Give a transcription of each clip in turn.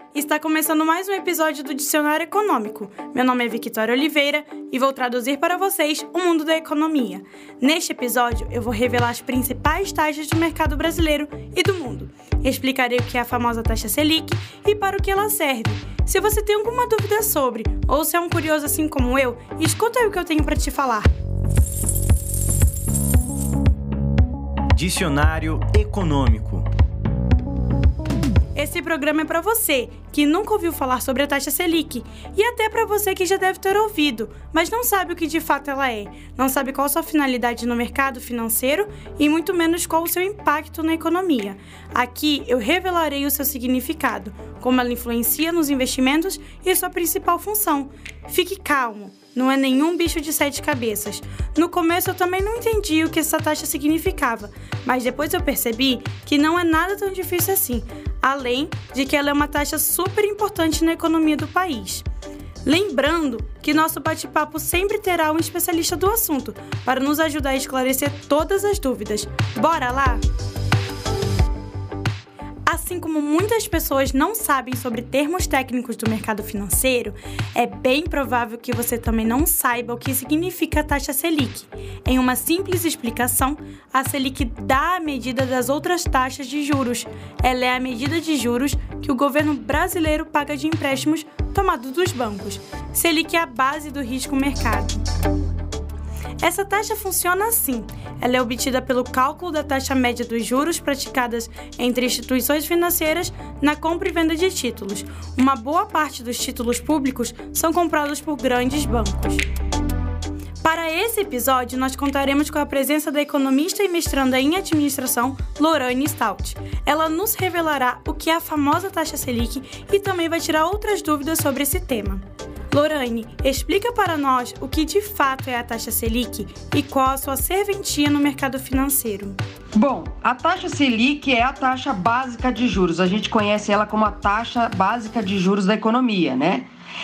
Está começando mais um episódio do Dicionário Econômico. Meu nome é Victoria Oliveira e vou traduzir para vocês o mundo da economia. Neste episódio, eu vou revelar as principais taxas do mercado brasileiro e do mundo. Explicarei o que é a famosa taxa Selic e para o que ela serve. Se você tem alguma dúvida sobre, ou se é um curioso assim como eu, escuta aí o que eu tenho para te falar. Dicionário Econômico. Esse programa é para você que nunca ouviu falar sobre a taxa Selic e até para você que já deve ter ouvido, mas não sabe o que de fato ela é, não sabe qual a sua finalidade no mercado financeiro e muito menos qual o seu impacto na economia. Aqui eu revelarei o seu significado, como ela influencia nos investimentos e sua principal função. Fique calmo, não é nenhum bicho de 7 cabeças. No começo eu também não entendi o que essa taxa significava, mas depois eu percebi que não é nada tão difícil assim, além de que ela é uma taxa super importante na economia do país. Lembrando que nosso bate-papo sempre terá um especialista do assunto para nos ajudar a esclarecer todas as dúvidas. Bora lá? Assim como muitas pessoas não sabem sobre termos técnicos do mercado financeiro, é bem provável que você também não saiba o que significa a taxa Selic. Em uma simples explicação, a Selic dá a medida das outras taxas de juros. Ela é a medida de juros que o governo brasileiro paga de empréstimos tomados dos bancos. Selic é a base do risco mercado. Essa taxa funciona assim. Ela é obtida pelo cálculo da taxa média dos juros praticadas entre instituições financeiras na compra e venda de títulos. Uma boa parte dos títulos públicos são comprados por grandes bancos. Para esse episódio, nós contaremos com a presença da economista e mestranda em administração, Lorane Stout. Ela nos revelará o que é a famosa taxa Selic e também vai tirar outras dúvidas sobre esse tema. Lorane, explica para nós o que de fato é a taxa Selic e qual a sua serventia no mercado financeiro. Bom, a taxa Selic é a taxa básica de juros. A gente conhece ela como a taxa básica de juros da economia, né?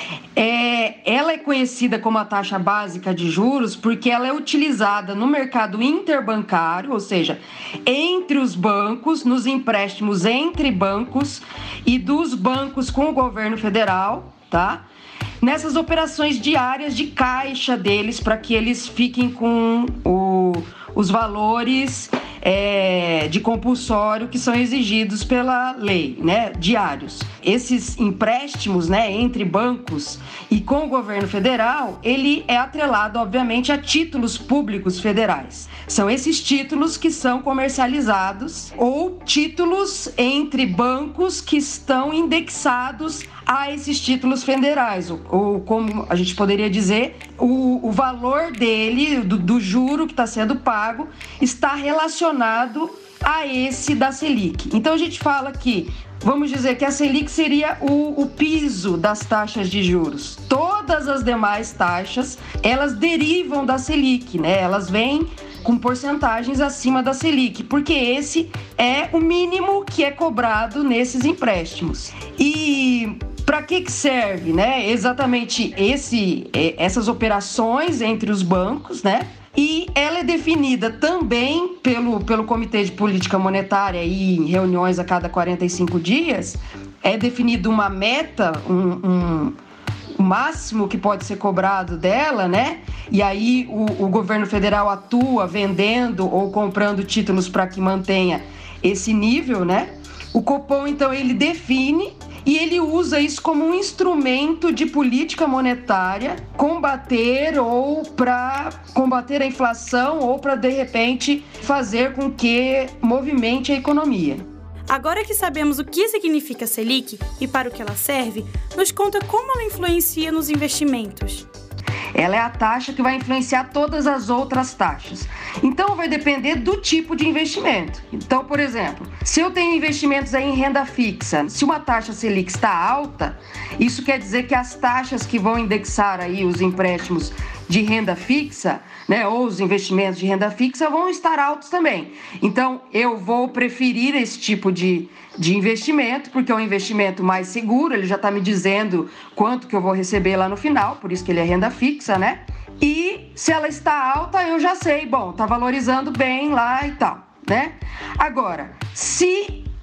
Ela é conhecida como a taxa básica de juros porque ela é utilizada no mercado interbancário, ou seja, entre os bancos, nos empréstimos entre bancos e dos bancos com o governo federal, tá? Nessas operações diárias de caixa deles, para que eles fiquem com os valores de compulsório que são exigidos pela lei, né, diários. Esses empréstimos, né, entre bancos e com o governo federal, ele é atrelado, obviamente, a títulos públicos federais. São esses títulos que são comercializados ou títulos entre bancos que estão indexados a esses títulos federais, ou como a gente poderia dizer, o valor dele, do juro que está sendo pago, está relacionado a esse da Selic. Então a gente fala que, vamos dizer que a Selic seria o piso das taxas de juros. Todas as demais taxas, elas derivam da Selic, né? Elas vêm com porcentagens acima da Selic, porque esse é o mínimo que é cobrado nesses empréstimos. E para que serve, né? Exatamente essas operações entre os bancos, né? E ela é definida também pelo Comitê de Política Monetária e em reuniões a cada 45 dias. É definida uma meta, o máximo que pode ser cobrado dela, né? E aí o governo federal atua vendendo ou comprando títulos para que mantenha esse nível, né? O Copom, então, ele define e ele usa isso como um instrumento de política monetária, combater a inflação ou para, de repente, fazer com que movimente a economia. Agora que sabemos o que significa Selic e para o que ela serve, nos conta como ela influencia nos investimentos. Ela é a taxa que vai influenciar todas as outras taxas. Então, vai depender do tipo de investimento. Então, por exemplo, se eu tenho investimentos aí em renda fixa, se uma taxa Selic está alta, isso quer dizer que as taxas que vão indexar aí os empréstimos de renda fixa, né, ou os investimentos de renda fixa vão estar altos também. Então, eu vou preferir esse tipo de investimento, porque é um investimento mais seguro, ele já está me dizendo quanto que eu vou receber lá no final, por isso que ele é renda fixa, né? E se ela está alta, eu já sei, bom, está valorizando bem lá e tal, né? Agora, se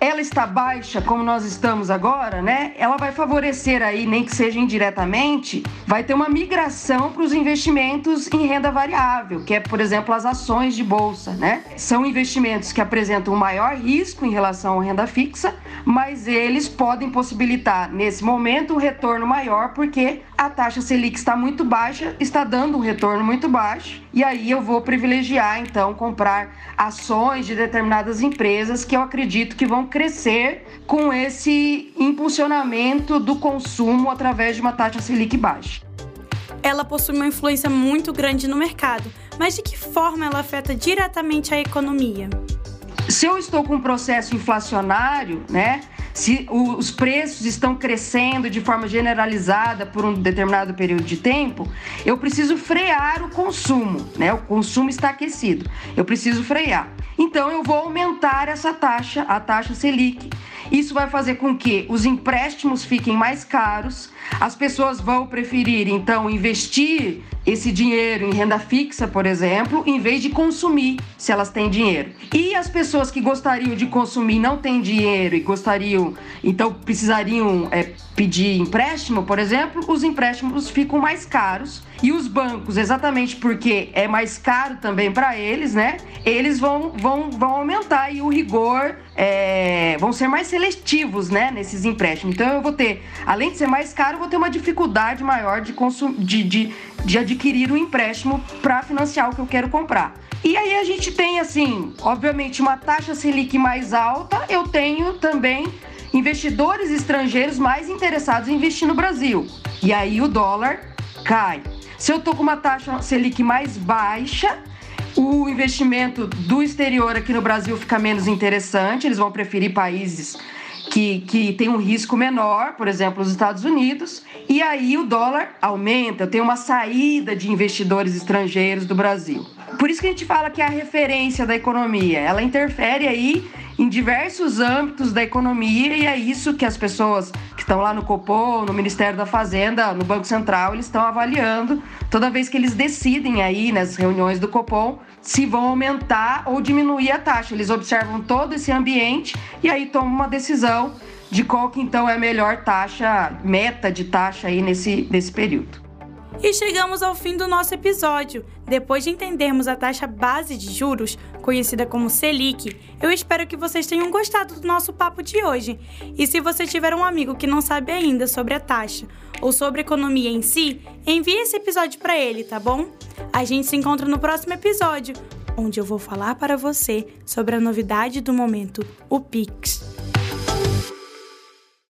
ela está baixa, como nós estamos agora, né? Ela vai favorecer aí, nem que seja indiretamente, vai ter uma migração para os investimentos em renda variável, que é, por exemplo, as ações de bolsa, né? São investimentos que apresentam um maior risco em relação à renda fixa, mas eles podem possibilitar, nesse momento, um retorno maior, porque a taxa Selic está muito baixa, está dando um retorno muito baixo, e aí eu vou privilegiar, então, comprar ações de determinadas empresas que eu acredito que vão crescer com esse impulsionamento do consumo através de uma taxa Selic baixa. Ela possui uma influência muito grande no mercado, mas de que forma ela afeta diretamente a economia? Se eu estou com um processo inflacionário, né? Se os preços estão crescendo de forma generalizada por um determinado período de tempo, eu preciso frear o consumo, né? O consumo está aquecido, eu preciso frear. Então, eu vou aumentar essa taxa, a taxa Selic. Isso vai fazer com que os empréstimos fiquem mais caros, as pessoas vão preferir, então, investir esse dinheiro em renda fixa, por exemplo, em vez de consumir, se elas têm dinheiro. E as pessoas que gostariam de consumir não têm dinheiro e gostariam, então precisariam pedir empréstimo, por exemplo, os empréstimos ficam mais caros. E os bancos, exatamente porque é mais caro também para eles, né? Eles vão aumentar aí o rigor, vão ser mais seletivos, né, nesses empréstimos. Então eu vou ter, além de ser mais caro, eu vou ter uma dificuldade maior de adquirir um empréstimo para financiar o que eu quero comprar. E aí a gente tem, assim, obviamente, uma taxa Selic mais alta, eu tenho também investidores estrangeiros mais interessados em investir no Brasil. E aí o dólar cai. Se eu estou com uma taxa Selic mais baixa, o investimento do exterior aqui no Brasil fica menos interessante, eles vão preferir países que tem um risco menor, por exemplo, os Estados Unidos, e aí o dólar aumenta, tem uma saída de investidores estrangeiros do Brasil. Por isso que a gente fala que é a referência da economia, ela interfere aí em diversos âmbitos da economia e é isso que as pessoas que estão lá no Copom, no Ministério da Fazenda, no Banco Central, eles estão avaliando toda vez que eles decidem aí nas reuniões do Copom se vão aumentar ou diminuir a taxa. Eles observam todo esse ambiente e aí tomam uma decisão de qual que então é a melhor taxa, meta de taxa aí nesse período. E chegamos ao fim do nosso episódio. Depois de entendermos a taxa base de juros, conhecida como Selic, eu espero que vocês tenham gostado do nosso papo de hoje. E se você tiver um amigo que não sabe ainda sobre a taxa ou sobre a economia em si, envie esse episódio para ele, tá bom? A gente se encontra no próximo episódio, onde eu vou falar para você sobre a novidade do momento, o Pix.